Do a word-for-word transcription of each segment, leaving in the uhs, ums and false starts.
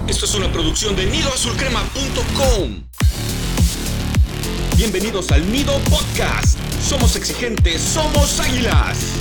Esto es una producción de nido azul crema punto com. Bienvenidos al Nido Podcast. Somos exigentes, somos águilas.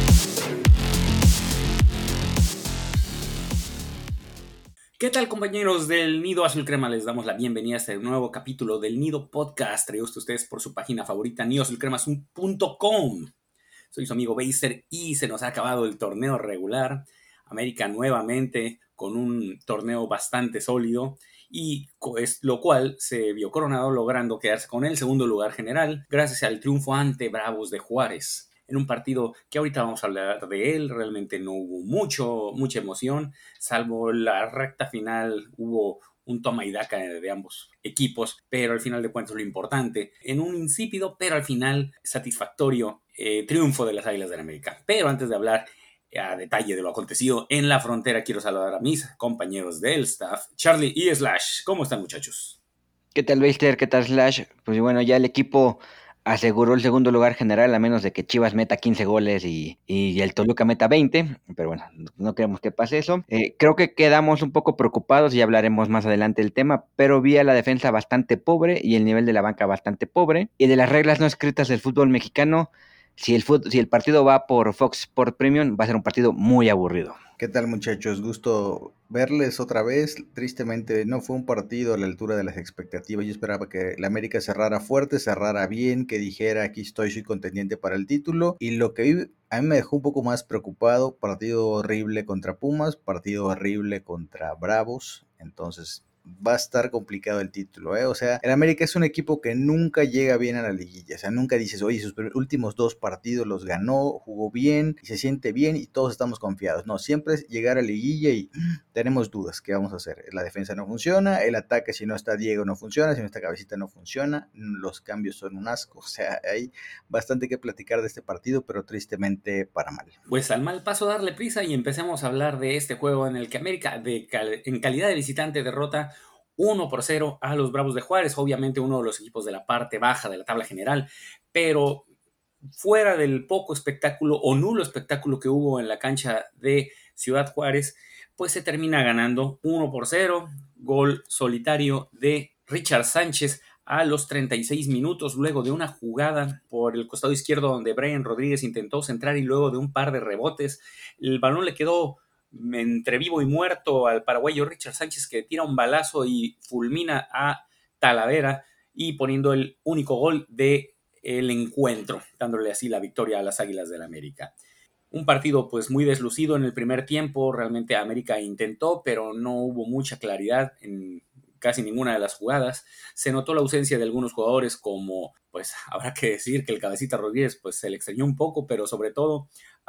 ¿Qué tal, compañeros del Nido Azul Crema? Les damos la bienvenida a este nuevo capítulo del Nido Podcast, traído a ustedes por su página favorita, nido azul crema punto com. Soy su amigo Beister y se nos ha acabado el torneo regular. América nuevamente con un torneo bastante sólido y lo cual se vio coronado logrando quedarse con el segundo lugar general gracias al triunfo ante Bravos de Juárez. En un partido que ahorita vamos a hablar de él, realmente no hubo mucho, mucha emoción, salvo la recta final hubo un toma y daca de ambos equipos, pero al final de cuentas lo importante, en un insípido, pero al final satisfactorio eh, triunfo de las Águilas del América. Pero antes de hablar a detalle de lo acontecido en la frontera, quiero saludar a mis compañeros del staff, Charlie y Slash. ¿Cómo están, muchachos? ¿Qué tal, Beister? ¿Qué tal, Slash? Pues bueno, ya el equipo aseguró el segundo lugar general, a menos de que Chivas meta quince goles y, y el Toluca meta veinte, pero bueno, no queremos que pase eso. Eh, creo que quedamos un poco preocupados y hablaremos más adelante del tema, pero vi a la defensa bastante pobre y el nivel de la banca bastante pobre. Y de las reglas no escritas del fútbol mexicano, si el, fut- si el partido va por Fox Sport Premium, va a ser un partido muy aburrido. ¿Qué tal, muchachos? Gusto verles otra vez. Tristemente no fue un partido a la altura de las expectativas. Yo esperaba que la América cerrara fuerte, cerrara bien, que dijera aquí estoy, soy contendiente para el título. Y lo que vi a mí me dejó un poco más preocupado. Partido horrible contra Pumas, partido horrible contra Bravos. Entonces va a estar complicado el título, ¿eh? O sea, el América es un equipo que nunca llega bien a la liguilla. O sea, nunca dices, oye, sus últimos dos partidos los ganó, jugó bien y se siente bien y todos estamos confiados. No, siempre es llegar a la liguilla y tenemos dudas. ¿Qué vamos a hacer? La defensa no funciona, el ataque si no está Diego no funciona, si no está Cabecita no funciona, los cambios son un asco. O sea, hay bastante que platicar de este partido, pero tristemente para mal. Pues al mal paso darle prisa y empecemos a hablar de este juego en el que América de cal- en calidad de visitante derrota uno por cero a los Bravos de Juárez, obviamente uno de los equipos de la parte baja de la tabla general, pero fuera del poco espectáculo o nulo espectáculo que hubo en la cancha de Ciudad Juárez, pues se termina ganando uno por cero, gol solitario de Richard Sánchez a los treinta y seis minutos, luego de una jugada por el costado izquierdo donde Brian Rodríguez intentó centrar y luego de un par de rebotes, el balón le quedó entre vivo y muerto al paraguayo Richard Sánchez, que tira un balazo y fulmina a Talavera y poniendo el único gol de el encuentro, dándole así la victoria a las Águilas del América. Un partido pues muy deslucido en el primer tiempo, realmente América intentó, pero no hubo mucha claridad en casi ninguna de las jugadas. Se notó la ausencia de algunos jugadores, como pues habrá que decir que el Cabecita Rodríguez pues se le extrañó un poco, pero sobre todo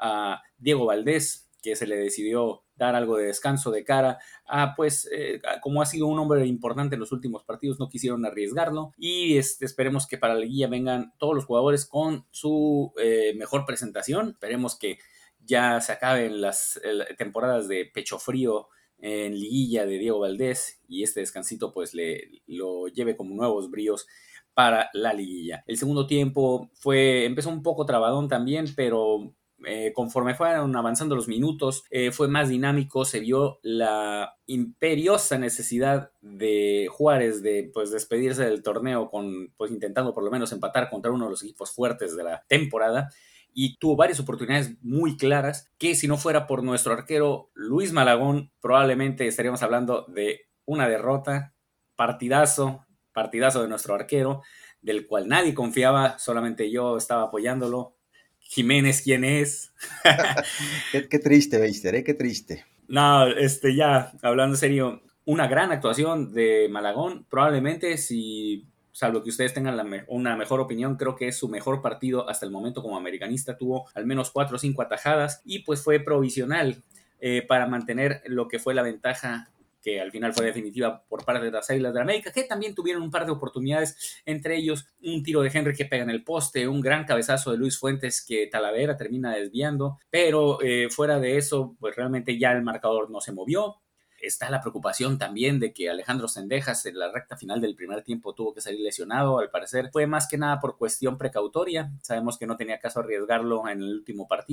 a Diego Valdés, que se le decidió dar algo de descanso de cara a, pues, eh, como ha sido un hombre importante en los últimos partidos, no quisieron arriesgarlo y este, esperemos que para la liguilla vengan todos los jugadores con su eh, mejor presentación. Esperemos que ya se acaben las eh, temporadas de pecho frío en liguilla de Diego Valdés y este descansito pues le lo lleve como nuevos bríos para la liguilla. El segundo tiempo fue, empezó un poco trabadón también, pero Eh, conforme fueron avanzando los minutos, eh, fue más dinámico, se vio la imperiosa necesidad de Juárez de pues despedirse del torneo con pues intentando por lo menos empatar contra uno de los equipos fuertes de la temporada y tuvo varias oportunidades muy claras que si no fuera por nuestro arquero Luis Malagón probablemente estaríamos hablando de una derrota. Partidazo, partidazo de nuestro arquero del cual nadie confiaba, solamente yo estaba apoyándolo. Jiménez, ¿quién es? qué, qué triste, Beister, ¿eh? Qué triste. No, este, ya, hablando en serio, una gran actuación de Malagón. Probablemente, si, salvo que ustedes tengan la me- una mejor opinión, creo que es su mejor partido hasta el momento como americanista. Tuvo al menos cuatro o cinco atajadas y pues fue provisional eh, para mantener lo que fue la ventaja que al final fue definitiva por parte de las Águilas de la América, que también tuvieron un par de oportunidades, entre ellos un tiro de Henry que pega en el poste, un gran cabezazo de Luis Fuentes que Talavera termina desviando, pero eh, fuera de eso, pues realmente ya el marcador no se movió. Está la preocupación también de que Alejandro Sendejas en la recta final del primer tiempo tuvo que salir lesionado, al parecer fue más que nada por cuestión precautoria, sabemos que no tenía caso arriesgarlo en el último partido,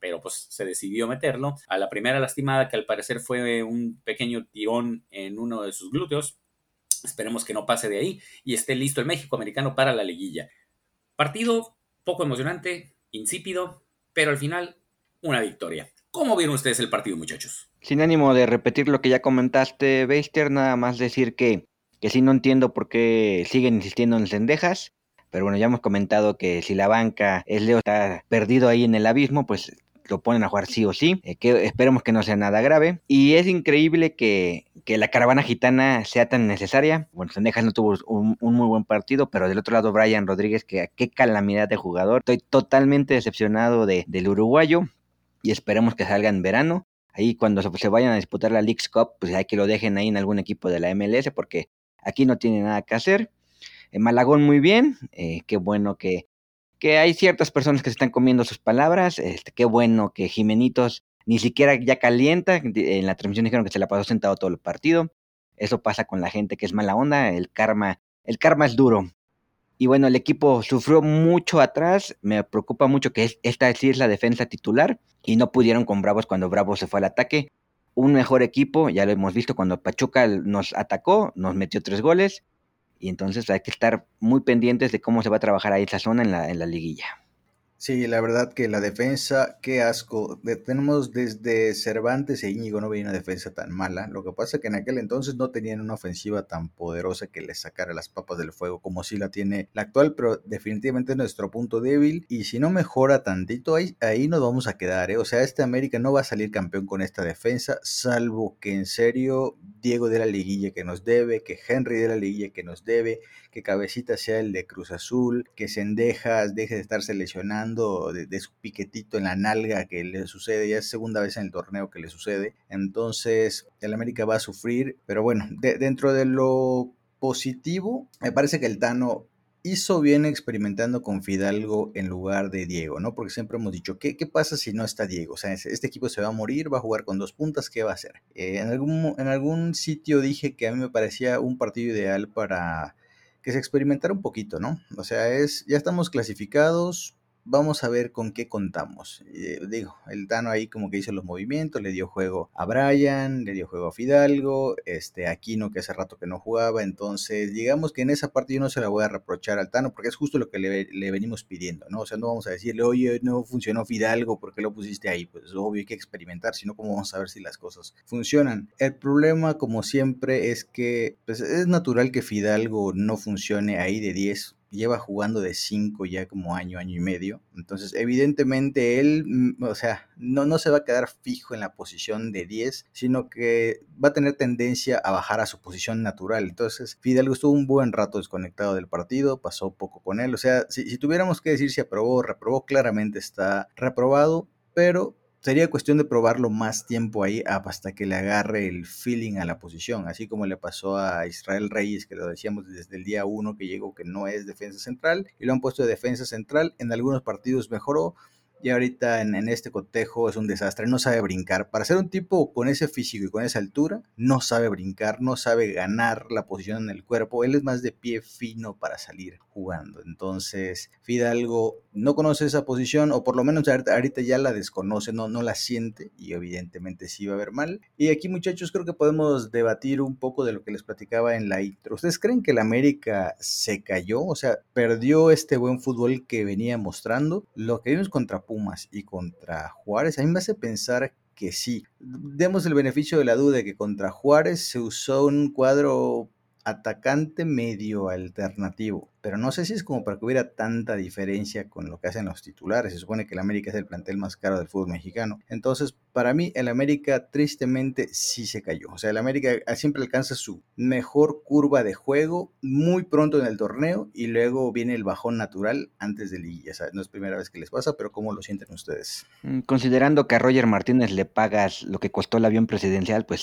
pero pues se decidió meterlo. A la primera lastimada, que al parecer fue un pequeño tirón en uno de sus glúteos, esperemos que no pase de ahí y esté listo el México americano para la liguilla. Partido poco emocionante, insípido, pero al final una victoria. ¿Cómo vieron ustedes el partido, muchachos? Sin ánimo de repetir lo que ya comentaste, Beister, nada más decir que, que sí no entiendo por qué siguen insistiendo en Cendejas, pero bueno, ya hemos comentado que si la banca es Leo, está perdido ahí en el abismo, pues lo ponen a jugar sí o sí, eh, que esperemos que no sea nada grave. Y es increíble que, que la caravana gitana sea tan necesaria. Bueno, Cendejas no tuvo un, un muy buen partido, pero del otro lado Brian Rodríguez, que qué calamidad de jugador. Estoy totalmente decepcionado de, del uruguayo y esperemos que salga en verano. Ahí cuando se, se vayan a disputar la Leagues Cup, pues hay que lo dejen ahí en algún equipo de la M L S, porque aquí no tiene nada que hacer. Eh, Malagón muy bien, eh, qué bueno que, que hay ciertas personas que se están comiendo sus palabras, este, qué bueno que Jimenitos ni siquiera ya calienta, en la transmisión dijeron que se la pasó sentado todo el partido. Eso pasa con la gente que es mala onda, el karma, el karma es duro. Y bueno, el equipo sufrió mucho atrás, me preocupa mucho que es, esta sí es la defensa titular y no pudieron con Bravos cuando Bravos se fue al ataque. Un mejor equipo, ya lo hemos visto cuando Pachuca nos atacó, nos metió tres goles y entonces hay que estar muy pendientes de cómo se va a trabajar ahí esa zona en la, en la liguilla. Sí, la verdad que la defensa, qué asco. De- tenemos desde Cervantes e Íñigo no veía una defensa tan mala. Lo que pasa es que en aquel entonces no tenían una ofensiva tan poderosa que les sacara las papas del fuego como sí la tiene la actual, pero definitivamente es nuestro punto débil. Y si no mejora tantito, ahí, ahí nos vamos a quedar, ¿eh? O sea, este América no va a salir campeón con esta defensa, salvo que en serio Diego de la liguilla que nos debe, que Henry de la liguilla que nos debe, que Cabecita sea el de Cruz Azul, que Cendejas deje de estarse lesionando de, de su piquetito en la nalga que le sucede, ya es segunda vez en el torneo que le sucede, entonces el América va a sufrir, pero bueno, de, dentro de lo positivo, me parece que el Tano hizo bien experimentando con Fidalgo en lugar de Diego, ¿no? Porque siempre hemos dicho, ¿qué, qué pasa si no está Diego? O sea, este equipo se va a morir, va a jugar con dos puntas, ¿qué va a hacer? Eh, en, algún, en algún sitio dije que a mí me parecía un partido ideal para que se experimentara un poquito, ¿no? O sea, es, ya estamos clasificados, vamos a ver con qué contamos. Eh, digo, el Tano ahí como que hizo los movimientos, le dio juego a Brian, le dio juego a Fidalgo, este Aquino que hace rato que no jugaba, entonces digamos que en esa parte yo no se la voy a reprochar al Tano porque es justo lo que le, le venimos pidiendo, ¿no? O sea, no vamos a decirle, oye, no funcionó Fidalgo, ¿por qué lo pusiste ahí? Pues obvio hay que experimentar, sino cómo vamos a ver si las cosas funcionan. El problema, como siempre, es que pues, es natural que Fidalgo no funcione ahí de diez, lleva jugando de cinco ya como año, año y medio. Entonces, evidentemente él, o sea, no, no se va a quedar fijo en la posición de diez, sino que va a tener tendencia a bajar a su posición natural. Entonces, Fidalgo estuvo un buen rato desconectado del partido, pasó poco con él. O sea, si, si tuviéramos que decir si aprobó o reprobó, claramente está reprobado, pero sería cuestión de probarlo más tiempo ahí hasta que le agarre el feeling a la posición, así como le pasó a Israel Reyes, que lo decíamos desde el día uno que llegó que no es defensa central, y lo han puesto de defensa central, en algunos partidos mejoró, y ahorita en, en este cotejo es un desastre, no sabe brincar. Para ser un tipo con ese físico y con esa altura, no sabe brincar, no sabe ganar la posición en el cuerpo, él es más de pie fino para salir jugando. Entonces, Fidalgo no conoce esa posición, o por lo menos ahorita ya la desconoce, no, no la siente, y evidentemente sí va a ver mal. Y aquí, muchachos, creo que podemos debatir un poco de lo que les platicaba en la intro. ¿Ustedes creen que el América se cayó? O sea, perdió este buen fútbol que venía mostrando. Lo que vimos contra Pumas y contra Juárez, a mí me hace pensar que sí. Demos el beneficio de la duda de que contra Juárez se usó un cuadro atacante medio alternativo, pero no sé si es como para que hubiera tanta diferencia con lo que hacen los titulares. Se supone que el América es el plantel más caro del fútbol mexicano, entonces para mí el América tristemente sí se cayó. O sea, el América siempre alcanza su mejor curva de juego muy pronto en el torneo y luego viene el bajón natural antes de liguilla. O sea, no es primera vez que les pasa, pero ¿cómo lo sienten ustedes? Considerando que a Roger Martínez le pagas lo que costó el avión presidencial, pues sí,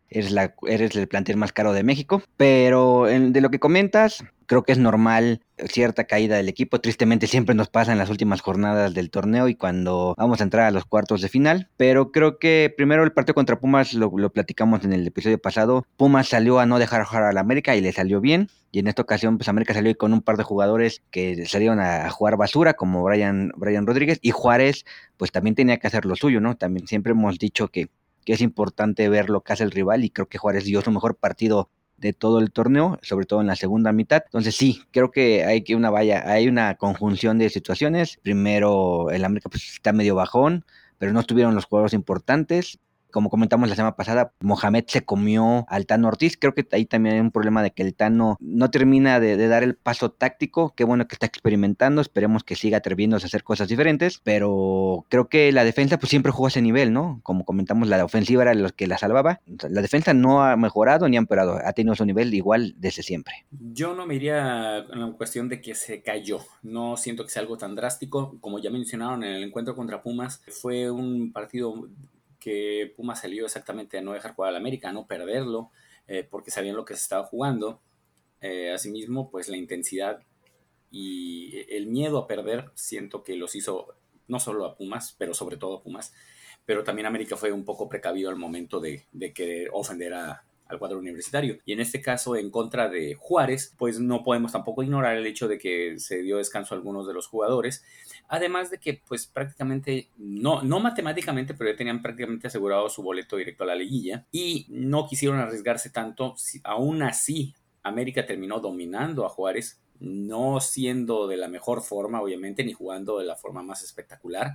eres, la, eres el plantel más caro de México, pero en, de lo que comentas, creo que es normal cierta caída del equipo. Tristemente siempre nos pasa en las últimas jornadas del torneo y cuando vamos a entrar a los cuartos de final, pero creo que primero el partido contra Pumas lo, lo platicamos en el episodio pasado. Pumas salió a no dejar jugar al América y le salió bien, y en esta ocasión pues América salió con un par de jugadores que salieron a, a jugar basura como Brian, Brian Rodríguez, y Juárez pues también tenía que hacer lo suyo, ¿no? También siempre hemos dicho que que es importante ver lo que hace el rival, y creo que Juárez dio su mejor partido de todo el torneo, sobre todo en la segunda mitad. Entonces sí, creo que hay que una vaya, hay una conjunción de situaciones. Primero, el América pues está medio bajón, pero no estuvieron los jugadores importantes. Como comentamos la semana pasada, Mohamed se comió al Tano Ortiz. Creo que ahí también hay un problema de que el Tano no termina de, de dar el paso táctico. Qué bueno que está experimentando, esperemos que siga atreviéndose a hacer cosas diferentes, pero creo que la defensa pues siempre jugó a ese nivel, ¿no? Como comentamos, la ofensiva era lo que la salvaba. La defensa no ha mejorado ni ha empeorado, ha tenido su nivel igual desde siempre. Yo no me iría en la cuestión de que se cayó. No siento que sea algo tan drástico. Como ya mencionaron, en el encuentro contra Pumas fue un partido que Pumas salió exactamente a no dejar jugar al América, a no perderlo, eh, porque sabían lo que se estaba jugando. Eh, asimismo, pues la intensidad y el miedo a perder, siento que los hizo no solo a Pumas, pero sobre todo a Pumas, pero también América fue un poco precavido al momento de, de querer ofender a, al cuadro universitario. Y en este caso, en contra de Juárez, pues no podemos tampoco ignorar el hecho de que se dio descanso a algunos de los jugadores, además de que pues prácticamente, no, no matemáticamente, pero ya tenían prácticamente asegurado su boleto directo a la liguilla y no quisieron arriesgarse tanto. Aún así, América terminó dominando a Juárez, no siendo de la mejor forma, obviamente, ni jugando de la forma más espectacular,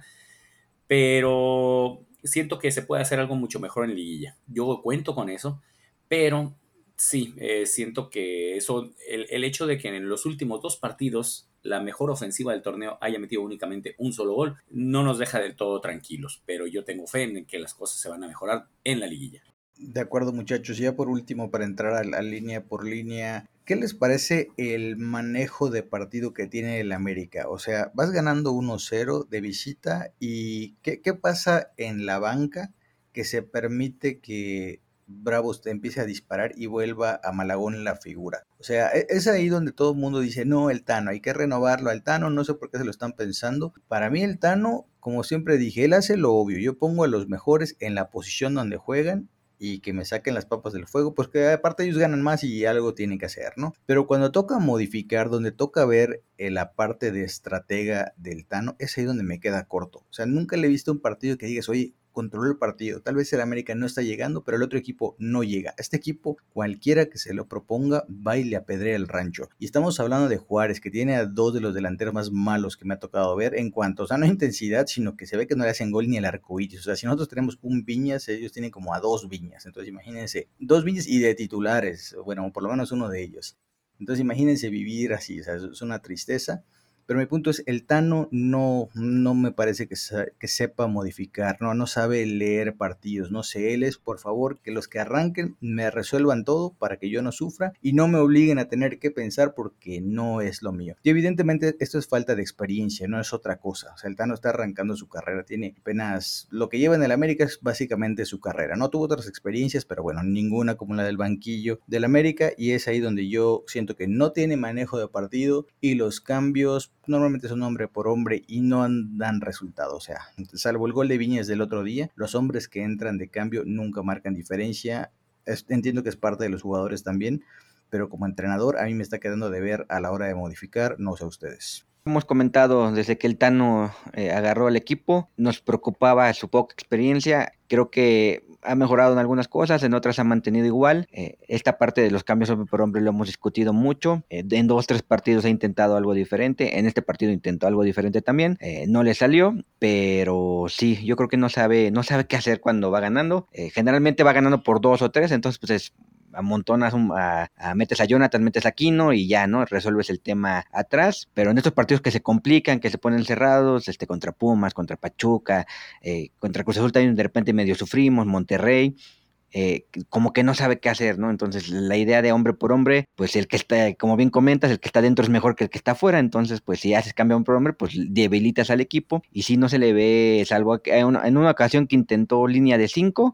pero siento que se puede hacer algo mucho mejor en liguilla. Yo cuento con eso, pero sí, eh, siento que eso, el, el hecho de que en los últimos dos partidos la mejor ofensiva del torneo haya metido únicamente un solo gol, no nos deja del todo tranquilos, pero yo tengo fe en que las cosas se van a mejorar en la liguilla. De acuerdo, muchachos. Ya por último, para entrar a la línea por línea, ¿qué les parece el manejo de partido que tiene el América? O sea, vas ganando uno cero de visita y ¿qué, qué pasa en la banca que se permite que Bravos te empiece a disparar y vuelva a Malagón en la figura? O sea, e- es ahí donde todo el mundo dice, no, el Tano, hay que renovarlo al Tano, no sé por qué se lo están pensando. Para mí el Tano, como siempre dije, él hace lo obvio, yo pongo a los mejores en la posición donde juegan y que me saquen las papas del fuego, pues que aparte ellos ganan más y algo tienen que hacer, ¿no? Pero cuando toca modificar, donde toca ver eh, la parte de estratega del Tano, es ahí donde me queda corto. O sea, nunca le he visto un partido que digas, oye, controló el partido. Tal vez el América no está llegando, pero el otro equipo no llega. Este equipo, cualquiera que se lo proponga, va y le apedrea el rancho. Y estamos hablando de Juárez, que tiene a dos de los delanteros más malos que me ha tocado ver en cuanto, o sea, no intensidad, sino que se ve que no le hacen gol ni el arcoíris. O sea, si nosotros tenemos un Viñas, ellos tienen como a dos Viñas. Entonces, imagínense, dos Viñas y de titulares, bueno, por lo menos uno de ellos. Entonces, imagínense vivir así, o sea, es una tristeza. Pero mi punto es, el Tano no, no me parece que, sa- que sepa modificar, no, no sabe leer partidos, no sé, él es, por favor, que los que arranquen me resuelvan todo para que yo no sufra y no me obliguen a tener que pensar porque no es lo mío. Y evidentemente esto es falta de experiencia, no es otra cosa. O sea, el Tano está arrancando su carrera, tiene apenas, lo que lleva en el América es básicamente su carrera. No tuvo otras experiencias, pero bueno, ninguna como la del banquillo del América, y es ahí donde yo siento que no tiene manejo de partido y los cambios normalmente son hombre por hombre y no dan resultado. O sea, salvo el gol de Viñas del otro día, los hombres que entran de cambio nunca marcan diferencia. Es- entiendo que es parte de los jugadores también, pero como entrenador a mí me está quedando de ver a la hora de modificar, no sé a ustedes. Hemos comentado desde que el Tano eh, agarró el equipo, nos preocupaba su poca experiencia. Creo que ha mejorado en algunas cosas, en otras ha mantenido igual. Eh, esta parte de los cambios hombre por hombre lo hemos discutido mucho. Eh, en dos, tres partidos ha intentado algo diferente. En este partido intentó algo diferente también. Eh, no le salió, pero sí, yo creo que no sabe, no sabe qué hacer cuando va ganando. Eh, generalmente va ganando por dos o tres, entonces pues es amontonas, un, a, a, metes a Jonathan, metes a Aquino y ya, ¿no? Resuelves el tema atrás, pero en estos partidos que se complican, que se ponen cerrados, este, contra Pumas, contra Pachuca, eh, contra Cruz Azul también de repente medio sufrimos, Monterrey, eh, como que no sabe qué hacer, ¿no? Entonces la idea de hombre por hombre, pues el que está, como bien comentas, el que está dentro es mejor que el que está afuera, entonces pues si haces cambio hombre por hombre, pues debilitas al equipo y si no se le ve, salvo que en una, en una ocasión que intentó línea de cinco,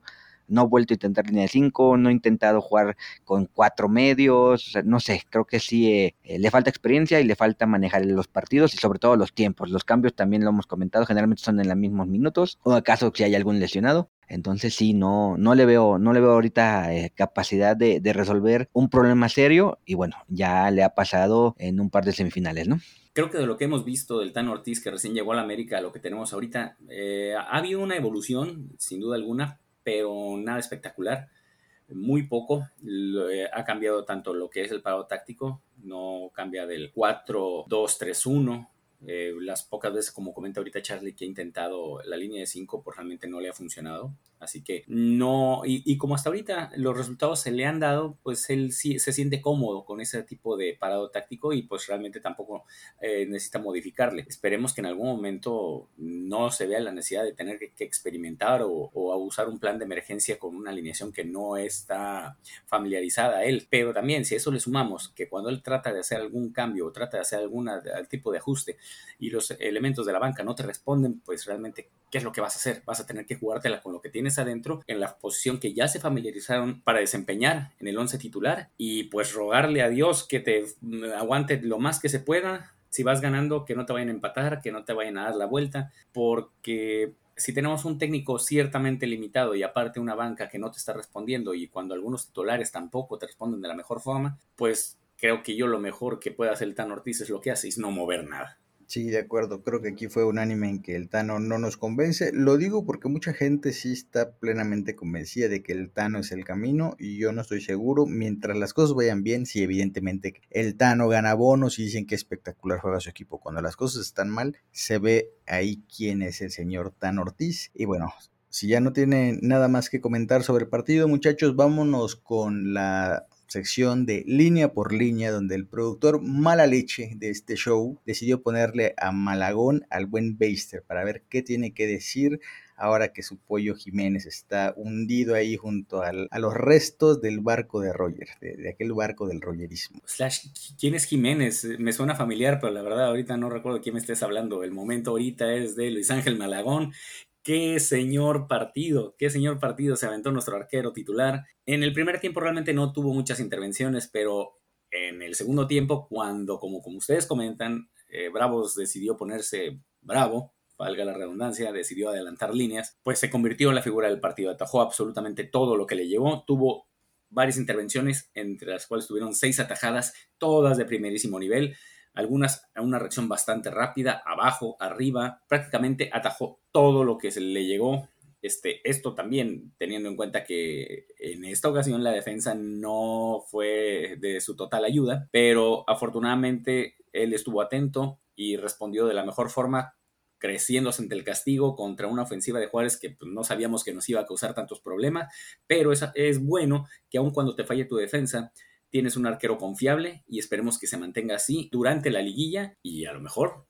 no ha vuelto a intentar línea de cinco, no ha intentado jugar con cuatro medios, o sea, no sé, creo que sí eh, eh, le falta experiencia y le falta manejar los partidos y sobre todo los tiempos. Los cambios también lo hemos comentado, generalmente son en los mismos minutos, o acaso si hay algún lesionado. Entonces sí, no, no le veo, no le veo ahorita eh, capacidad de, de resolver un problema serio, y bueno, ya le ha pasado en un par de semifinales, ¿no? Creo que de lo que hemos visto del Tano Ortiz, que recién llegó a la América, a lo que tenemos ahorita, eh, ha habido una evolución, sin duda alguna, pero nada espectacular. Muy poco. Lo, eh, ha cambiado tanto lo que es el parado táctico, no cambia del cuatro dos tres uno. Eh, las pocas veces, como comenta ahorita Charlie, que ha intentado la línea de cinco, pues realmente no le ha funcionado. Así que no, y, y como hasta ahorita los resultados se le han dado, pues él sí se siente cómodo con ese tipo de parado táctico y pues realmente tampoco eh, necesita modificarle. Esperemos que en algún momento no se vea la necesidad de tener que, que experimentar o, o a usar un plan de emergencia con una alineación que no está familiarizada a él. Pero también, si a eso le sumamos que cuando él trata de hacer algún cambio o trata de hacer algún tipo de ajuste y los elementos de la banca no te responden, pues realmente, ¿qué es lo que vas a hacer? Vas a tener que jugártela con lo que tienes adentro en la posición que ya se familiarizaron para desempeñar en el once titular y pues rogarle a Dios que te aguante lo más que se pueda. Si vas ganando, que no te vayan a empatar, que no te vayan a dar la vuelta, porque si tenemos un técnico ciertamente limitado y aparte una banca que no te está respondiendo y cuando algunos titulares tampoco te responden de la mejor forma, pues creo que yo lo mejor que puede hacer el Tano Ortiz es lo que hace, es no mover nada. Sí, de acuerdo. Creo que aquí fue unánime en que el Tano no nos convence. Lo digo porque mucha gente sí está plenamente convencida de que el Tano es el camino y yo no estoy seguro. Mientras las cosas vayan bien, sí, evidentemente el Tano gana bonos y dicen que espectacular juega su equipo. Cuando las cosas están mal, se ve ahí quién es el señor Tano Ortiz. Y bueno, si ya no tienen nada más que comentar sobre el partido, muchachos, vámonos con la sección de línea por línea, donde el productor mala leche de este show decidió ponerle a Malagón al buen Beister para ver qué tiene que decir ahora que su pollo Jiménez está hundido ahí junto al, a los restos del barco de Roger, de, de aquel barco del rogerismo. Slash, ¿quién es Jiménez? Me suena familiar, pero la verdad ahorita no recuerdo de quién me estés hablando. El momento ahorita es de Luis Ángel Malagón. Qué señor partido, qué señor partido se aventó nuestro arquero titular. En el primer tiempo realmente no tuvo muchas intervenciones, pero en el segundo tiempo, cuando, como, como ustedes comentan, eh, Bravos decidió ponerse bravo, valga la redundancia, decidió adelantar líneas, pues se convirtió en la figura del partido, atajó absolutamente todo lo que le llegó, tuvo varias intervenciones, entre las cuales tuvieron seis atajadas, todas de primerísimo nivel, algunas a una reacción bastante rápida, abajo, arriba, prácticamente atajó todo lo que se le llegó. Este, esto también teniendo en cuenta que en esta ocasión la defensa no fue de su total ayuda, pero afortunadamente él estuvo atento y respondió de la mejor forma, creciéndose ante el castigo contra una ofensiva de Juárez que pues, no sabíamos que nos iba a causar tantos problemas, pero es, es bueno que aun cuando te falle tu defensa, tienes un arquero confiable y esperemos que se mantenga así durante la liguilla y a lo mejor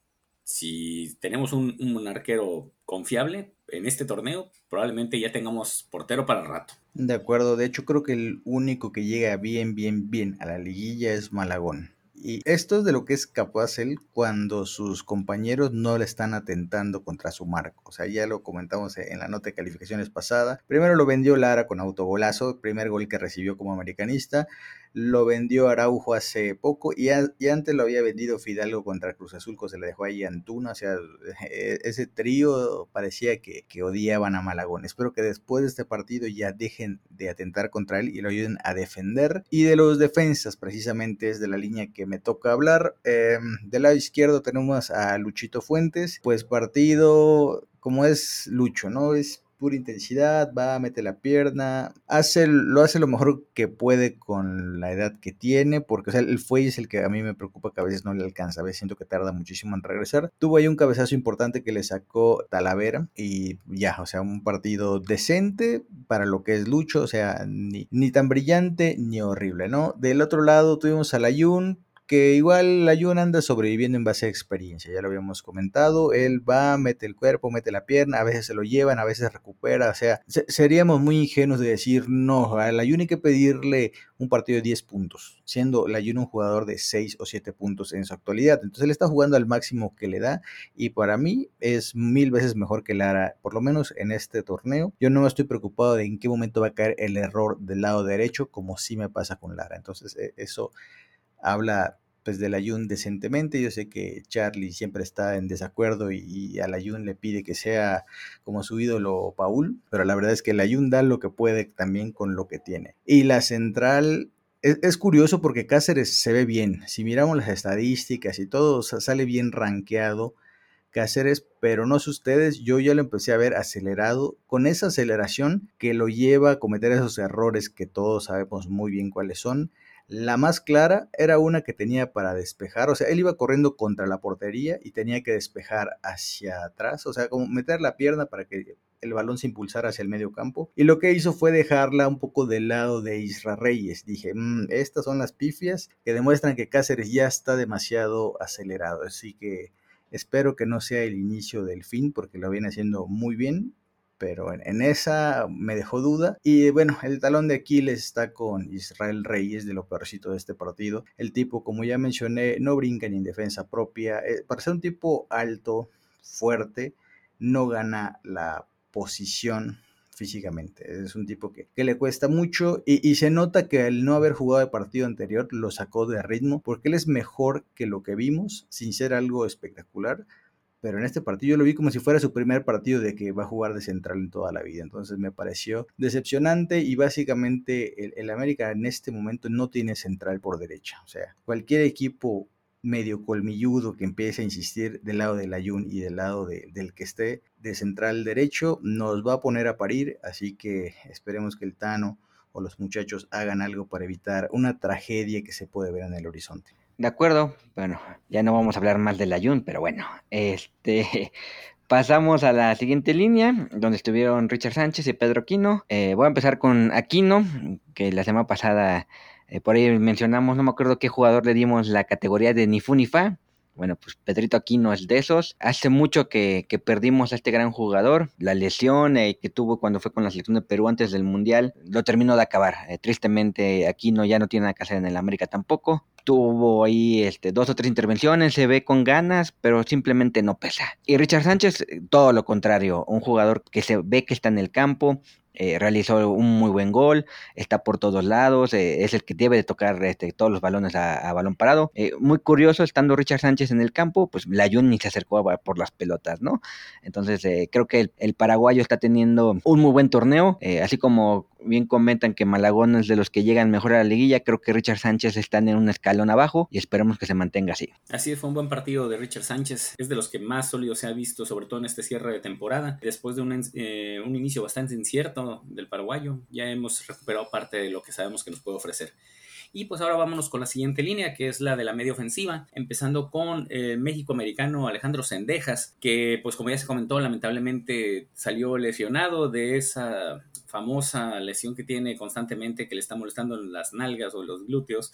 si tenemos un, un arquero confiable en este torneo, probablemente ya tengamos portero para rato. De acuerdo, de hecho creo que el único que llega bien, bien, bien a la liguilla es Malagón. Y esto es de lo que es capaz él cuando sus compañeros no le están atentando contra su marco. O sea, ya lo comentamos en la nota de calificaciones pasada. Primero lo vendió Lara con autogolazo, primer gol que recibió como americanista. Lo vendió Araujo hace poco y, a, y antes lo había vendido Fidalgo contra Cruz Azul, que se le dejó ahí a Antuna. O sea, ese trío parecía que, que odiaban a Malagón. Espero que después de este partido ya dejen de atentar contra él y lo ayuden a defender. Y de los defensas, precisamente es de la línea que me toca hablar. Eh, del lado izquierdo tenemos a Luchito Fuentes. Pues partido como es Lucho, ¿no? Es pura intensidad, va, mete la pierna, hace, lo hace lo mejor que puede con la edad que tiene, porque o sea, el fuelle es el que a mí me preocupa, que a veces no le alcanza, a veces siento que tarda muchísimo en regresar. Tuvo ahí un cabezazo importante que le sacó Talavera y ya, o sea, un partido decente para lo que es Lucho, o sea, ni, ni tan brillante ni horrible, ¿no? Del otro lado tuvimos a Layún, que igual Layún anda sobreviviendo en base a experiencia, ya lo habíamos comentado, él va, mete el cuerpo, mete la pierna, a veces se lo llevan, a veces recupera, o sea, se- seríamos muy ingenuos de decir, no, a Layún hay que pedirle un partido de diez puntos, siendo Layún un jugador de seis o siete puntos en su actualidad, entonces él está jugando al máximo que le da, y para mí es mil veces mejor que Lara, por lo menos en este torneo. Yo no estoy preocupado de en qué momento va a caer el error del lado derecho, como sí me pasa con Lara, entonces eh, eso habla pues del Ayun decentemente. Yo sé que Charlie siempre está en desacuerdo y, y al Ayun le pide que sea como su ídolo Paul, pero la verdad es que el Ayun da lo que puede también con lo que tiene. Y la central es, es curioso porque Cáceres se ve bien. Si miramos las estadísticas y todo, sale bien rankeado Cáceres, pero no sé ustedes, yo ya lo empecé a ver acelerado, con esa aceleración que lo lleva a cometer esos errores que todos sabemos muy bien cuáles son. La más clara era una que tenía para despejar, o sea, él iba corriendo contra la portería y tenía que despejar hacia atrás, o sea, como meter la pierna para que el balón se impulsara hacia el medio campo. Y lo que hizo fue dejarla un poco del lado de Isra Reyes. Dije, mmm, estas son las pifias que demuestran que Cáceres ya está demasiado acelerado, así que espero que no sea el inicio del fin porque lo viene haciendo muy bien, pero en, en esa me dejó duda. Y bueno, el talón de Aquiles está con Israel Reyes, de lo peorcito de este partido. El tipo, como ya mencioné, no brinca ni en defensa propia. Eh, para ser un tipo alto, fuerte, no gana la posición físicamente. Es un tipo que, que le cuesta mucho y, y se nota que al no haber jugado el partido anterior lo sacó de ritmo porque él es mejor que lo que vimos sin ser algo espectacular, pero en este partido yo lo vi como si fuera su primer partido de que va a jugar de central en toda la vida, entonces me pareció decepcionante y básicamente el, el América en este momento no tiene central por derecha, o sea, cualquier equipo medio colmilludo que empiece a insistir del lado del Ayun y del lado de, del que esté de central derecho nos va a poner a parir, así que esperemos que el Tano o los muchachos hagan algo para evitar una tragedia que se puede ver en el horizonte. De acuerdo, bueno, ya no vamos a hablar más del Ayun, pero bueno, este, pasamos a la siguiente línea, donde estuvieron Richard Sánchez y Pedro Aquino. Eh, voy a empezar con Aquino, que la semana pasada eh, por ahí mencionamos, no me acuerdo qué jugador le dimos la categoría de ni fu ni fa. Bueno, pues Pedrito Aquino es de esos. Hace mucho que, que perdimos a este gran jugador. La lesión eh, que tuvo cuando fue con la selección de Perú antes del Mundial lo terminó de acabar. Eh, tristemente, Aquino ya no tiene nada que hacer en el América tampoco. Tuvo ahí este, dos o tres intervenciones, se ve con ganas, pero simplemente no pesa. Y Richard Sánchez, eh, todo lo contrario, un jugador que se ve que está en el campo, eh, realizó un muy buen gol, está por todos lados, eh, es el que debe de tocar este, todos los balones a, a balón parado. Eh, muy curioso, estando Richard Sánchez en el campo, pues Layún ni se acercó a, por las pelotas, ¿no? Entonces eh, creo que el, el paraguayo está teniendo un muy buen torneo, eh, así como bien comentan que Malagón es de los que llegan mejor a la liguilla, creo que Richard Sánchez está en un escalón abajo y esperemos que se mantenga así. Así es, fue un buen partido de Richard Sánchez, es de los que más sólido se ha visto, sobre todo en este cierre de temporada, después de un, eh, un inicio bastante incierto del paraguayo, ya hemos recuperado parte de lo que sabemos que nos puede ofrecer. Y pues ahora vámonos con la siguiente línea, que es la de la media ofensiva, empezando con el México-americano Alejandro Sendejas, que pues como ya se comentó, lamentablemente salió lesionado de esa famosa lesión que tiene constantemente, que le está molestando en las nalgas o en los glúteos.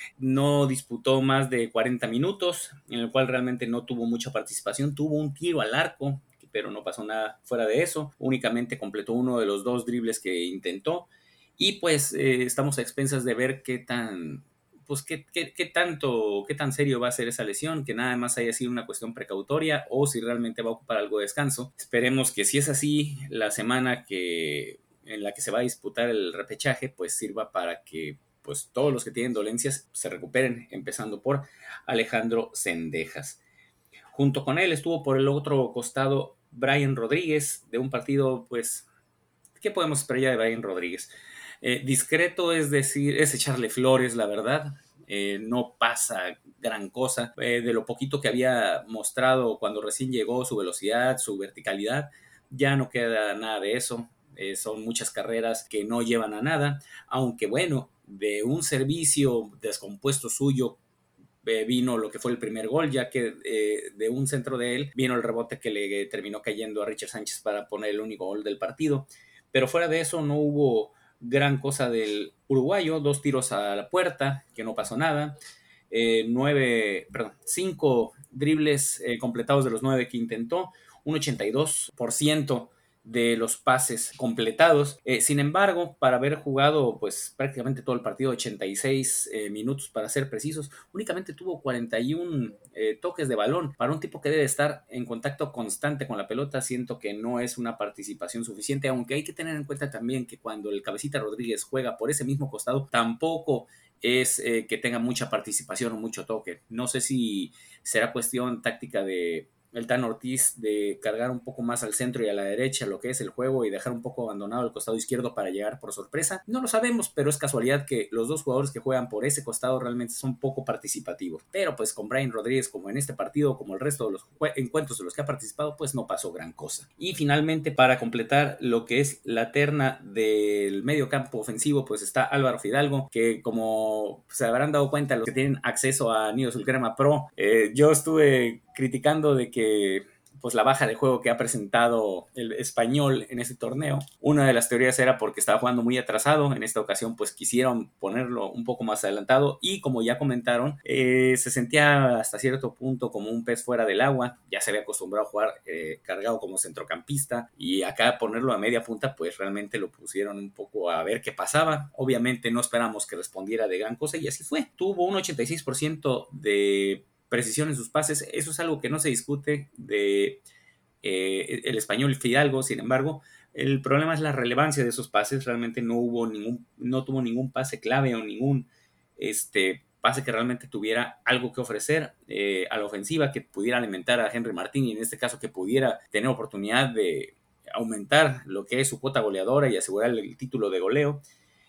No disputó más de cuarenta minutos, en el cual realmente no tuvo mucha participación, tuvo un tiro al arco, pero no pasó nada fuera de eso, únicamente completó uno de los dos dribles que intentó. Y pues eh, estamos a expensas de ver qué tan, pues qué, qué, qué tanto, qué tan serio va a ser esa lesión, que nada más haya sido una cuestión precautoria o si realmente va a ocupar algo de descanso. Esperemos que si es así, la semana que, en la que se va a disputar el repechaje, pues sirva para que pues todos los que tienen dolencias se recuperen, empezando por Alejandro Sendejas. Junto con él estuvo por el otro costado Brian Rodríguez, de un partido, pues, ¿qué podemos esperar ya de Brian Rodríguez? Eh, discreto, es decir, es echarle flores, la verdad. Eh, no pasa gran cosa. Eh, de lo poquito que había mostrado cuando recién llegó, su velocidad, su verticalidad, ya no queda nada de eso. Eh, son muchas carreras que no llevan a nada, aunque bueno, de un servicio descompuesto suyo eh, vino lo que fue el primer gol, ya que eh, de un centro de él vino el rebote que le terminó cayendo a Richard Sánchez para poner el único gol del partido. Pero fuera de eso no hubo gran cosa del uruguayo, dos tiros a la puerta, que no pasó nada. eh, nueve, perdón, cinco dribles eh, completados de los nueve que intentó, un ochenta y dos por ciento de los pases completados. Eh, sin embargo, para haber jugado pues prácticamente todo el partido, ochenta y seis eh, minutos para ser precisos, únicamente tuvo cuarenta y uno eh, toques de balón. Para un tipo que debe estar en contacto constante con la pelota, siento que no es una participación suficiente, aunque hay que tener en cuenta también que cuando el Cabecita Rodríguez juega por ese mismo costado, tampoco es eh, que tenga mucha participación o mucho toque. No sé si será cuestión táctica de el Tan Ortiz de cargar un poco más al centro y a la derecha lo que es el juego y dejar un poco abandonado el costado izquierdo para llegar por sorpresa. No lo sabemos, pero es casualidad que los dos jugadores que juegan por ese costado realmente son poco participativos. Pero pues con Brian Rodríguez, como en este partido, como el resto de los encuentros de los que ha participado, pues no pasó gran cosa. Y finalmente, para completar lo que es la terna del medio campo ofensivo, pues está Álvaro Fidalgo, que como se habrán dado cuenta los que tienen acceso a Nido Sulcrema Pro, eh, yo estuve criticando de que pues la baja de juego que ha presentado el Español en este torneo. Una de las teorías era porque estaba jugando muy atrasado. En esta ocasión pues quisieron ponerlo un poco más adelantado y como ya comentaron, eh, se sentía hasta cierto punto como un pez fuera del agua. Ya se había acostumbrado a jugar eh, cargado como centrocampista y acá ponerlo a media punta pues realmente lo pusieron un poco a ver qué pasaba. Obviamente no esperamos que respondiera de gran cosa y así fue. Tuvo un ochenta y seis por ciento de precisión en sus pases. Eso es algo que no se discute de eh, el Español Fidalgo. Sin embargo, el problema es la relevancia de esos pases. Realmente no hubo ningún, no tuvo ningún pase clave o ningún este, pase que realmente tuviera algo que ofrecer eh, a la ofensiva, que pudiera alimentar a Henry Martín y en este caso que pudiera tener oportunidad de aumentar lo que es su cuota goleadora y asegurar el título de goleo.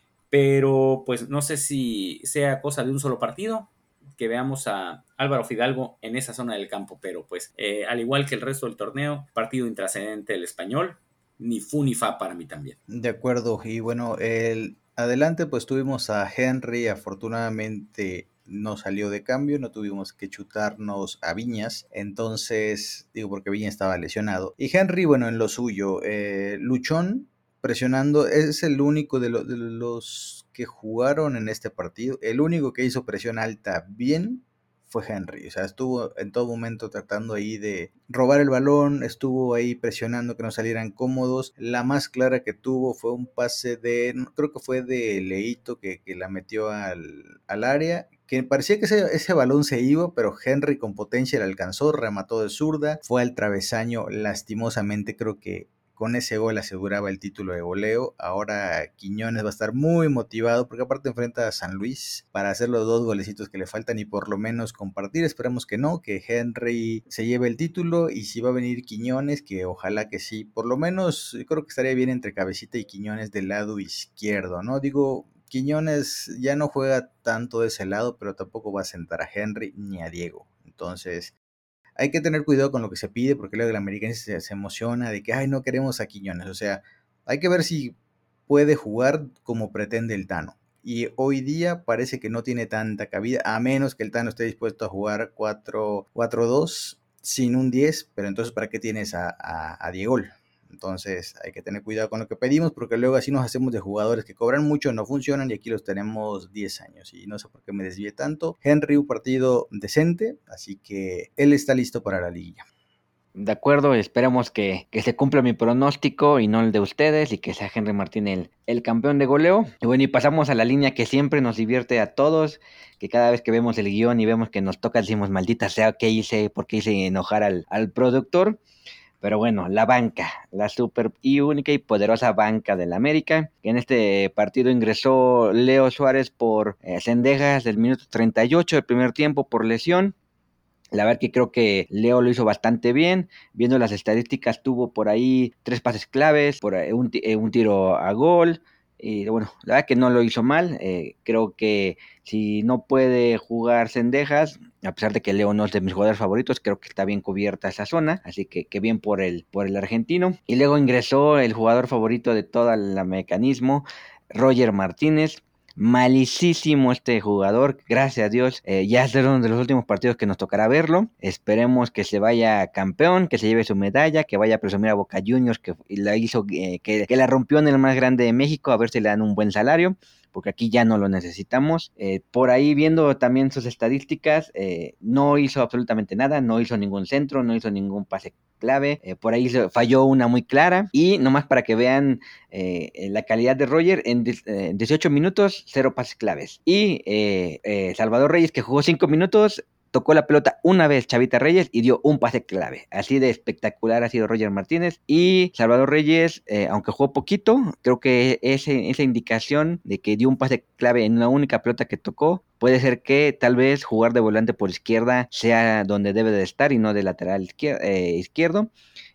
Pero pues no sé si sea cosa de un solo partido que veamos a Álvaro Fidalgo en esa zona del campo, pero pues eh, al igual que el resto del torneo, partido intrascendente el Español, ni fu ni fa para mí también. De acuerdo, y bueno, el adelante pues tuvimos a Henry, afortunadamente no salió de cambio, no tuvimos que chutarnos a Viñas, entonces digo porque Viñas estaba lesionado, y Henry bueno en lo suyo, eh, luchón, presionando, es el único de, lo, de los que jugaron en este partido, el único que hizo presión alta bien fue Henry, o sea, estuvo en todo momento tratando ahí de robar el balón, estuvo ahí presionando que no salieran cómodos. La más clara que tuvo fue un pase de, creo que fue de Leito que, que la metió al, al área, que parecía que ese, ese balón se iba, pero Henry con potencia le alcanzó, remató de zurda, fue al travesaño, lastimosamente creo que con ese gol aseguraba el título de goleo. Ahora Quiñones va a estar muy motivado porque aparte enfrenta a San Luis para hacer los dos golecitos que le faltan y por lo menos compartir. Esperemos que no, que Henry se lleve el título y si va a venir Quiñones, que ojalá que sí. Por lo menos yo creo que estaría bien entre Cabecita y Quiñones del lado izquierdo, ¿no? Digo, Quiñones ya no juega tanto de ese lado, pero tampoco va a sentar a Henry ni a Diego. Entonces hay que tener cuidado con lo que se pide, porque luego el americano se, se emociona de que, ay, no queremos a Quiñones. O sea, hay que ver si puede jugar como pretende el Tano. Y hoy día parece que no tiene tanta cabida, a menos que el Tano esté dispuesto a jugar cuatro dos sin un diez, pero entonces ¿para qué tienes a, a, a Diego? Entonces hay que tener cuidado con lo que pedimos porque luego así nos hacemos de jugadores que cobran mucho, no funcionan y aquí los tenemos diez años y no sé por qué me desvié tanto. Henry un partido decente, así que él está listo para la liguilla. De acuerdo, esperamos que, que se cumpla mi pronóstico y no el de ustedes y que sea Henry Martín el, el campeón de goleo. Y bueno, y pasamos a la línea que siempre nos divierte a todos, que cada vez que vemos el guión y vemos que nos toca decimos, maldita sea, ¿qué hice? ¿Por qué hice enojar al, al productor? Pero bueno, la banca, la super y única y poderosa banca del América. En este partido ingresó Leo Suárez por eh, Cendejas del minuto treinta y ocho del primer tiempo por lesión. La verdad que creo que Leo lo hizo bastante bien. Viendo las estadísticas, tuvo por ahí tres pases claves, por ahí un, eh, un tiro a gol. Y bueno, la verdad que no lo hizo mal. Eh, creo que si no puede jugar Cendejas, a pesar de que Leo no es de mis jugadores favoritos, creo que está bien cubierta esa zona. Así que, que bien por el, por el argentino. Y luego ingresó el jugador favorito de todo el mecanismo, Roger Martínez. Malicísimo este jugador, gracias a Dios, eh, ya es uno de los últimos partidos que nos tocará verlo. Esperemos que se vaya campeón, que se lleve su medalla, que vaya a presumir a Boca Juniors, que la hizo, eh, que, que la rompió en el más grande de México, a ver si le dan un buen salario. porque aquí ya no lo necesitamos. Eh, por ahí viendo también sus estadísticas, eh, no hizo absolutamente nada, no hizo ningún centro, no hizo ningún pase clave, eh, por ahí falló una muy clara, y nomás para que vean eh, la calidad de Roger, en eh, dieciocho minutos, cero pases claves, y eh, eh, Salvador Reyes, que jugó cinco minutos, tocó la pelota una vez Chavita Reyes y dio un pase clave. Así de espectacular ha sido Roger Martínez. Y Salvador Reyes, eh, aunque jugó poquito, creo que ese, esa indicación de que dio un pase clave en una única pelota que tocó, puede ser que tal vez jugar de volante por izquierda sea donde debe de estar y no de lateral izquier- eh, izquierdo.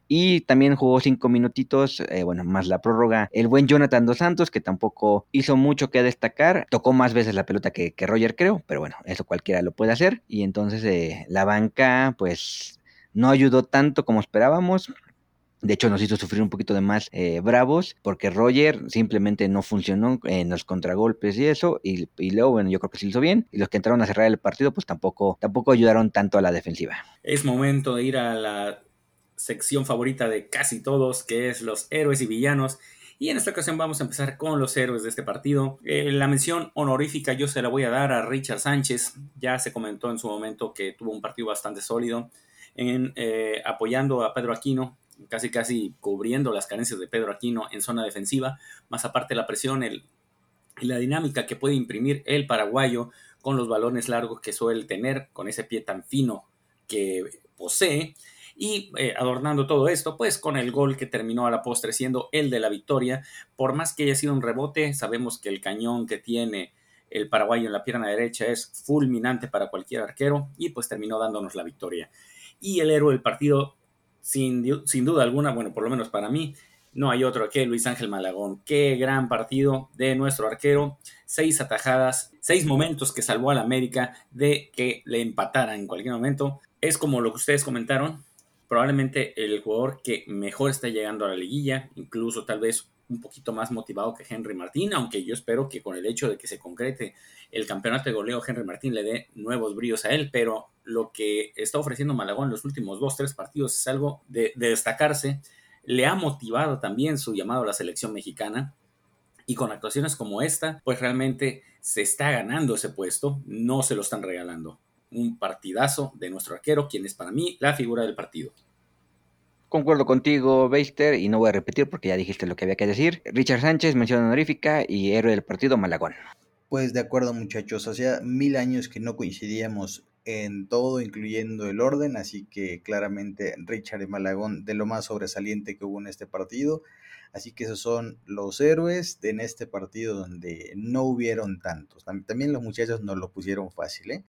Y también jugó cinco minutitos, eh, bueno, más la prórroga, el buen Jonathan Dos Santos, que tampoco hizo mucho que destacar. Tocó más veces la pelota que, que Roger, creo, pero bueno, eso cualquiera lo puede hacer. Y entonces eh, la banca, pues, no ayudó tanto como esperábamos. De hecho, nos hizo sufrir un poquito de más eh, Bravos, porque Roger simplemente no funcionó en los contragolpes y eso, y, y luego, bueno, yo creo que se hizo bien, y los que entraron a cerrar el partido, pues tampoco, tampoco ayudaron tanto a la defensiva. Es momento de ir a la sección favorita de casi todos, que es los héroes y villanos. Y en esta ocasión vamos a empezar con los héroes de este partido. Eh, la mención honorífica yo se la voy a dar a Richard Sánchez. Ya se comentó en su momento que tuvo un partido bastante sólido, en, eh, apoyando a Pedro Aquino, casi casi cubriendo las carencias de Pedro Aquino en zona defensiva, más aparte la presión el, y la dinámica que puede imprimir el paraguayo con los balones largos que suele tener, con ese pie tan fino que posee. Y eh, adornando todo esto, pues con el gol que terminó a la postre siendo el de la victoria. Por más que haya sido un rebote, sabemos que el cañón que tiene el paraguayo en la pierna derecha es fulminante para cualquier arquero, y pues terminó dándonos la victoria. Y el héroe del partido, sin, sin duda alguna, bueno, por lo menos para mí, no hay otro que Luis Ángel Malagón. Qué gran partido de nuestro arquero. Seis atajadas, seis momentos que salvó al América de que le empatara en cualquier momento. Es como lo que ustedes comentaron, probablemente el jugador que mejor está llegando a la liguilla, incluso tal vez un poquito más motivado que Henry Martín, aunque yo espero que con el hecho de que se concrete el campeonato de goleo, Henry Martín le dé nuevos brillos a él, pero lo que está ofreciendo Malagón en los últimos dos, tres partidos es algo de, de destacarse. Le ha motivado también su llamado a la selección mexicana, y con actuaciones como esta, pues realmente se está ganando ese puesto, no se lo están regalando. Un partidazo de nuestro arquero, quien es para mí la figura del partido. Concuerdo contigo, Beister, y no voy a repetir porque ya dijiste lo que había que decir. Richard Sánchez, mención honorífica, y héroe del partido, Malagón. Pues de acuerdo, muchachos, hacía mil años que no coincidíamos en todo, incluyendo el orden, así que claramente Richard y Malagón de lo más sobresaliente que hubo en este partido. Así que esos son los héroes de en este partido donde no hubieron tantos. También los muchachos nos lo pusieron fácil, ¿eh?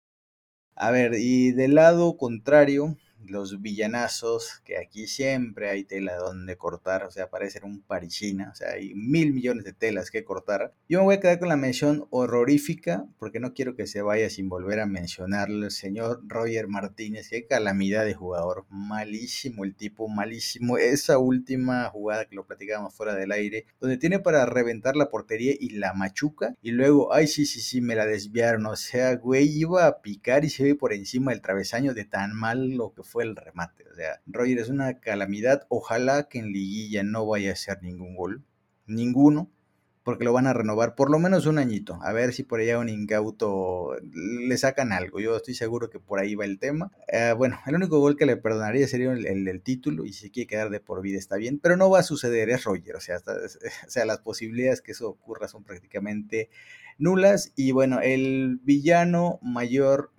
A ver, y del lado contrario, los villanazos, que aquí siempre hay tela donde cortar, o sea, parecen un parisina, o sea, hay mil millones de telas que cortar. Yo me voy a quedar con la mención horrorífica, porque no quiero que se vaya sin volver a mencionarle al señor Roger Martínez. Qué calamidad de jugador, malísimo el tipo, malísimo. Esa última jugada que lo platicábamos fuera del aire, donde tiene para reventar la portería y la machuca, y luego, ay, sí, sí, sí, me la desviaron, o sea, güey, iba a picar y se ve por encima del travesaño de tan mal lo que fue el remate. O sea, Roger es una calamidad. Ojalá que en liguilla no vaya a hacer ningún gol, ninguno, porque lo van a renovar por lo menos un añito, a ver si por allá un incauto le sacan algo. Yo estoy seguro que por ahí va el tema. Eh, bueno, el único gol que le perdonaría sería el, el, el título, y si se quiere quedar de por vida está bien, pero no va a suceder, es Roger, o sea, hasta, o sea, las posibilidades que eso ocurra son prácticamente nulas. Y bueno, el villano mayor,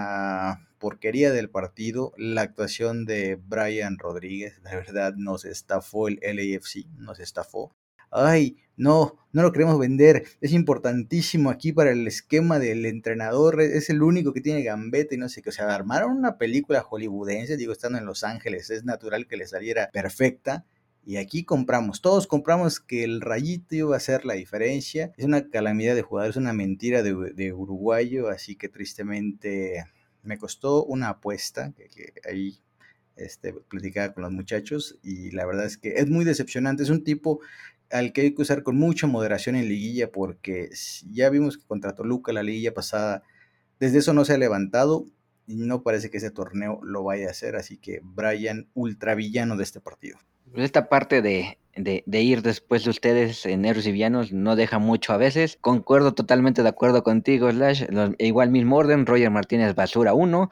la porquería del partido, la actuación de Brian Rodríguez, de verdad nos estafó el L A F C, nos estafó. Ay, no, no lo queremos vender, es importantísimo aquí para el esquema del entrenador, es el único que tiene gambeta y no sé qué, o sea, armaron una película hollywoodense, digo, estando en Los Ángeles, es natural que le saliera perfecta. Y aquí compramos, todos compramos que el Rayito iba a hacer la diferencia. Es una calamidad de jugadores, una mentira de, de uruguayo, así que tristemente me costó una apuesta, que, que ahí este, platicaba con los muchachos, y la verdad es que es muy decepcionante. Es un tipo al que hay que usar con mucha moderación en liguilla, porque ya vimos que contra Toluca la liguilla pasada, desde eso no se ha levantado, y no parece que ese torneo lo vaya a hacer, así que Brian, ultravillano de este partido. Pues esta parte de, de, de ir después de ustedes en héroes y villanos no deja mucho a veces. Concuerdo totalmente de acuerdo contigo, Slash. Los- igual mismo orden, Roger Martínez basura uno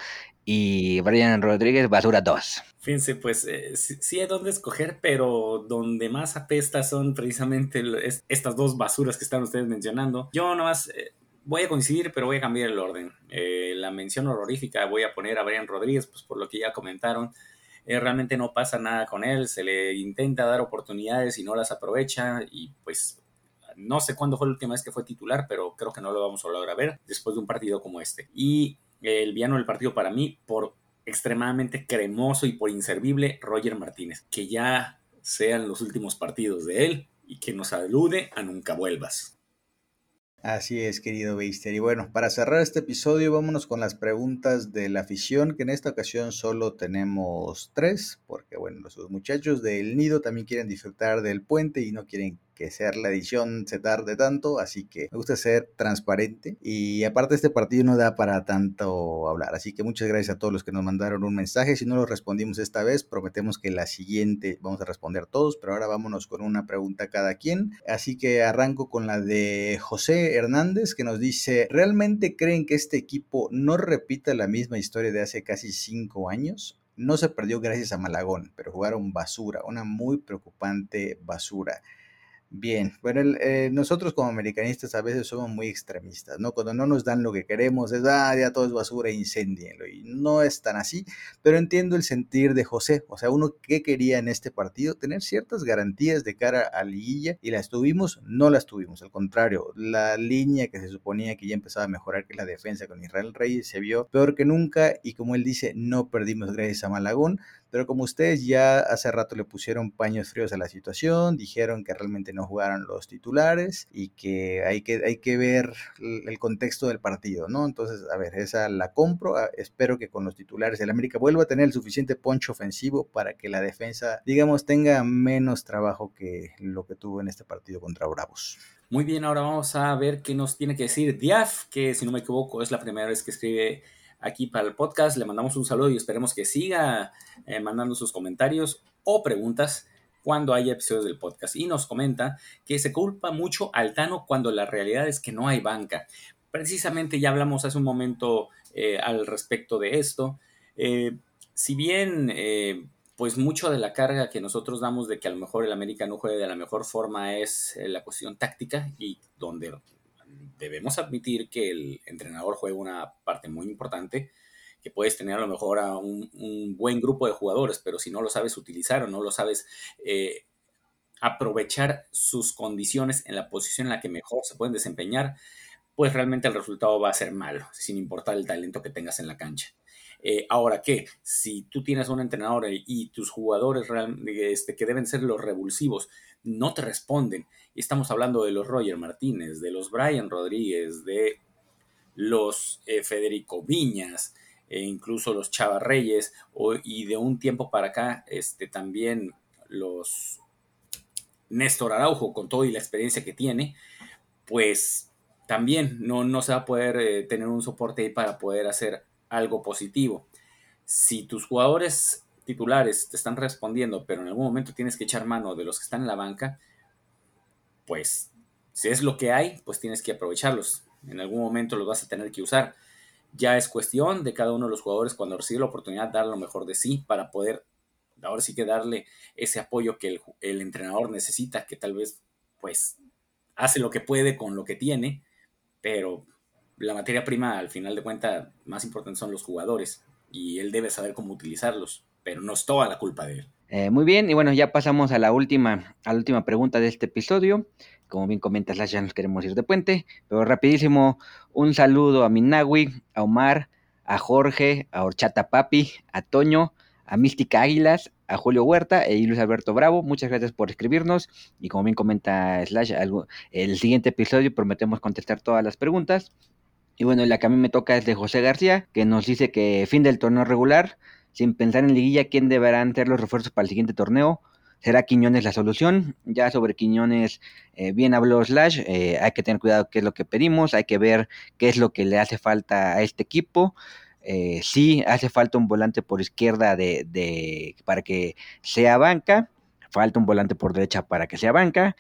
y Brian Rodríguez basura dos. Fíjense, pues eh, sí, sí hay donde escoger, pero donde más apesta son precisamente el- es- estas dos basuras que están ustedes mencionando. Yo nomás eh, voy a coincidir, pero voy a cambiar el orden. Eh, la mención honorífica voy a poner a Brian Rodríguez, pues por lo que ya comentaron. Eh, realmente no pasa nada con él, se le intenta dar oportunidades y no las aprovecha y pues no sé cuándo fue la última vez que fue titular, pero creo que no lo vamos a lograr ver después de un partido como este. Y el villano del partido para mí, por extremadamente cremoso y por inservible, Roger Martínez. Que ya sean los últimos partidos de él y que nos alude a nunca vuelvas. Así es, querido Beister. Y bueno, para cerrar este episodio, vámonos con las preguntas de la afición, que en esta ocasión solo tenemos tres, porque bueno, los muchachos del Nido también quieren disfrutar del puente y no quieren que sea la edición se tarde tanto, así que me gusta ser transparente y aparte este partido no da para tanto hablar, así que muchas gracias a todos los que nos mandaron un mensaje. Si no lo respondimos esta vez, prometemos que la siguiente vamos a responder todos, pero ahora vámonos con una pregunta cada quien, así que arranco con la de José Hernández, que nos dice: ¿realmente creen que este equipo no repita la misma historia de hace casi cinco años? No se perdió gracias a Malagón, pero jugaron basura, una muy preocupante basura. Bien, bueno, el, eh, nosotros como americanistas a veces somos muy extremistas, ¿no? Cuando no nos dan lo que queremos, es, ah, ya todo es basura, incéndienlo, y no es tan así, pero entiendo el sentir de José, o sea, uno que quería en este partido, tener ciertas garantías de cara a liguilla, y las tuvimos, no las tuvimos, al contrario, la línea que se suponía que ya empezaba a mejorar, que es la defensa con Israel Reyes, se vio peor que nunca, y como él dice, no perdimos gracias a Malagón, pero como ustedes ya hace rato le pusieron paños fríos a la situación, dijeron que realmente no jugaron los titulares y que hay que, hay que ver el contexto del partido, ¿no? Entonces, a ver, esa la compro. Espero que con los titulares el América vuelva a tener el suficiente poncho ofensivo para que la defensa, digamos, tenga menos trabajo que lo que tuvo en este partido contra Bravos. Muy bien, ahora vamos a ver qué nos tiene que decir Diaf, que si no me equivoco es la primera vez que escribe aquí para el podcast. Le mandamos un saludo y esperemos que siga eh, mandando sus comentarios o preguntas cuando haya episodios del podcast. Y nos comenta que se culpa mucho al Tano cuando la realidad es que no hay banca. Precisamente ya hablamos hace un momento eh, al respecto de esto. Eh, si bien... Eh, pues mucho de la carga que nosotros damos de que a lo mejor el América no juegue de la mejor forma es eh, la cuestión táctica y donde debemos admitir que el entrenador juega una parte muy importante, que puedes tener a lo mejor a un, un buen grupo de jugadores, pero si no lo sabes utilizar o no lo sabes eh, aprovechar sus condiciones en la posición en la que mejor se pueden desempeñar, pues realmente el resultado va a ser malo, sin importar el talento que tengas en la cancha. Eh, ahora que si tú tienes un entrenador y tus jugadores real, este, que deben ser los revulsivos no te responden, y estamos hablando de los Roger Martínez, de los Brian Rodríguez, de los eh, Federico Viñas, e incluso los Chava Reyes, o, y de un tiempo para acá este, también los Néstor Araujo, con todo y la experiencia que tiene, pues también no, no se va a poder eh, tener un soporte ahí para poder hacer algo positivo. Si tus jugadores titulares te están respondiendo, pero en algún momento tienes que echar mano de los que están en la banca, pues si es lo que hay, pues tienes que aprovecharlos. En algún momento los vas a tener que usar. Ya es cuestión de cada uno de los jugadores cuando recibe la oportunidad dar lo mejor de sí para poder, ahora sí que darle ese apoyo que el, el entrenador necesita, que tal vez pues hace lo que puede con lo que tiene, pero la materia prima al final de cuentas más importante son los jugadores y él debe saber cómo utilizarlos, pero no es toda la culpa de él. Eh, muy bien, y bueno, ya pasamos a la última, a la última pregunta de este episodio. Como bien comentas, Lash, ya nos queremos ir de puente, pero rapidísimo, un saludo a Minawi, a Omar, a Jorge, a Horchata Papi, a Toño, a Mística Águilas, a Julio Huerta e Luis Alberto Bravo. Muchas gracias por escribirnos y como bien comenta Slash, algo, el siguiente episodio prometemos contestar todas las preguntas. Y bueno, la que a mí me toca es de José García, que nos dice que fin del torneo regular, sin pensar en liguilla, ¿quién deberán ser los refuerzos para el siguiente torneo? ¿Será Quiñones la solución? Ya sobre Quiñones, eh, bien habló Slash, eh, hay que tener cuidado qué es lo que pedimos, hay que ver qué es lo que le hace falta a este equipo. Eh, sí, hace falta un volante por izquierda de, de, para que sea banca, falta un volante por derecha para que sea banca,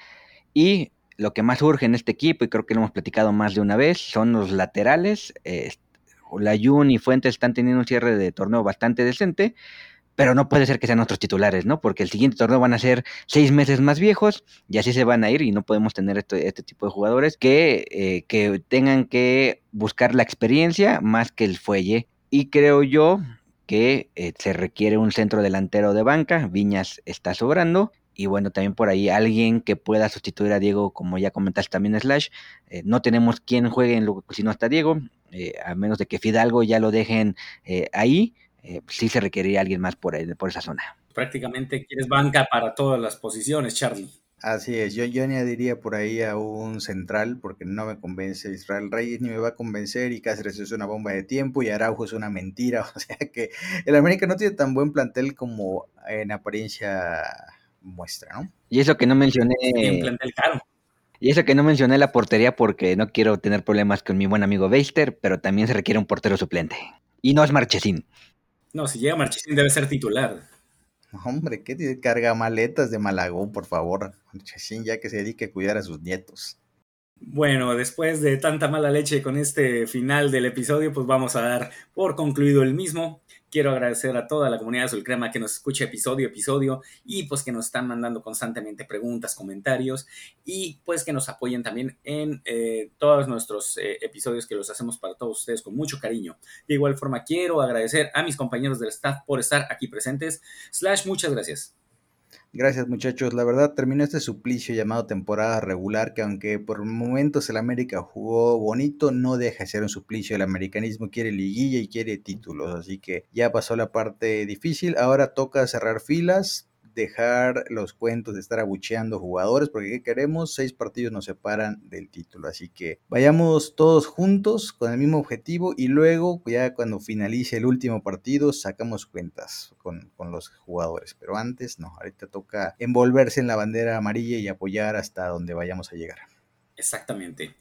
y lo que más urge en este equipo, y creo que lo hemos platicado más de una vez, son los laterales. Eh, Layún y Fuentes están teniendo un cierre de torneo bastante decente, pero no puede ser que sean nuestros titulares, ¿no? Porque el siguiente torneo van a ser seis meses más viejos y así se van a ir, y no podemos tener este, este tipo de jugadores que, eh, que tengan que buscar la experiencia más que el fuelle. Y creo yo que eh, se requiere un centro delantero de banca. Viñas está sobrando. Y bueno, también por ahí alguien que pueda sustituir a Diego, como ya comentaste también, Slash. Eh, no tenemos quien juegue en lo, si no está Diego, eh, a menos de que Fidalgo ya lo dejen eh, ahí. Eh, sí se requeriría alguien más por, ahí, por esa zona. Prácticamente quieres banca para todas las posiciones, Charlie. Así es, yo, yo añadiría por ahí a un central, porque no me convence Israel Reyes, ni me va a convencer, y Cáceres es una bomba de tiempo, y Araujo es una mentira. O sea que el América no tiene tan buen plantel como en apariencia muestra, ¿no? Y eso que no mencioné... Tiene un plantel caro. Y eso que no mencioné la portería, porque no quiero tener problemas con mi buen amigo Beister, pero también se requiere un portero suplente. Y no es Marchesín. No, si llega Marchesín debe ser titular. Hombre, ¿qué carga maletas de Malagón, por favor? Marchesín, ya que se dedique a cuidar a sus nietos. Bueno, después de tanta mala leche con este final del episodio, pues vamos a dar por concluido el mismo. Quiero agradecer a toda la comunidad Azul Crema que nos escucha episodio a episodio y pues que nos están mandando constantemente preguntas, comentarios y pues que nos apoyen también en eh, todos nuestros eh, episodios que los hacemos para todos ustedes con mucho cariño. De igual forma quiero agradecer a mis compañeros del staff por estar aquí presentes. Slash, muchas gracias. Gracias, muchachos. La verdad, terminó este suplicio llamado temporada regular, que aunque por momentos el América jugó bonito, no deja de ser un suplicio. El americanismo quiere liguilla y quiere títulos, así que ya pasó la parte difícil. Ahora toca cerrar filas, dejar los cuentos de estar abucheando jugadores, porque ¿qué queremos? Seis partidos nos separan del título, así que vayamos todos juntos con el mismo objetivo, y luego ya cuando finalice el último partido sacamos cuentas con, con los jugadores, pero antes no, ahorita toca envolverse en la bandera amarilla y apoyar hasta donde vayamos a llegar. Exactamente.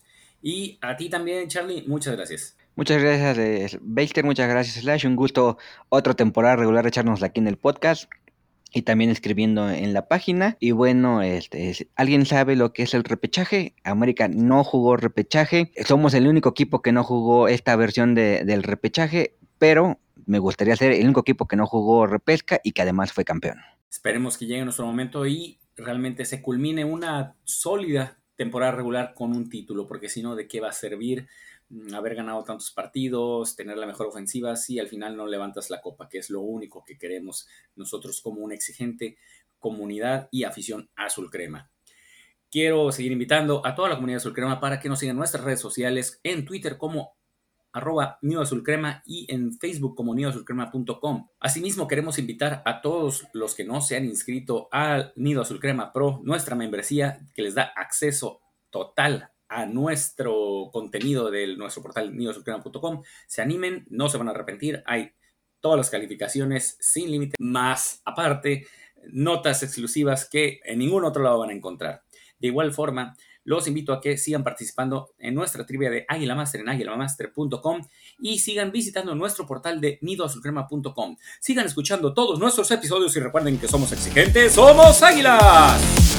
Y a ti también, Charlie, muchas gracias. Muchas gracias, eh, Beister, muchas gracias, Slash. Un gusto, otra temporada regular echarnos aquí en el podcast y también escribiendo en la página. Y bueno, este, ¿alguien sabe lo que es el repechaje? América no jugó repechaje. Somos el único equipo que no jugó esta versión de, del repechaje, pero me gustaría ser el único equipo que no jugó repesca y que además fue campeón. Esperemos que llegue nuestro momento y realmente se culmine una sólida temporada regular con un título, porque si no, ¿de qué va a servir haber ganado tantos partidos, tener la mejor ofensiva si al final no levantas la copa, que es lo único que queremos nosotros como una exigente comunidad y afición azul crema? Quiero seguir invitando a toda la comunidad azul crema para que nos sigan en nuestras redes sociales, en Twitter como arroba Nido Azul Crema y en Facebook como nido azul crema punto com. Asimismo, queremos invitar a todos los que no se han inscrito al Nido Azul Crema Pro, nuestra membresía que les da acceso total a nuestro contenido de nuestro portal nido azul crema punto com. Se animen, no se van a arrepentir. Hay todas las calificaciones sin límite, más aparte, notas exclusivas que en ningún otro lado van a encontrar. De igual forma, los invito a que sigan participando en nuestra trivia de Águila Master en águila master punto com y sigan visitando nuestro portal de nido azul crema punto com. Sigan escuchando todos nuestros episodios y recuerden que somos exigentes, ¡somos águilas!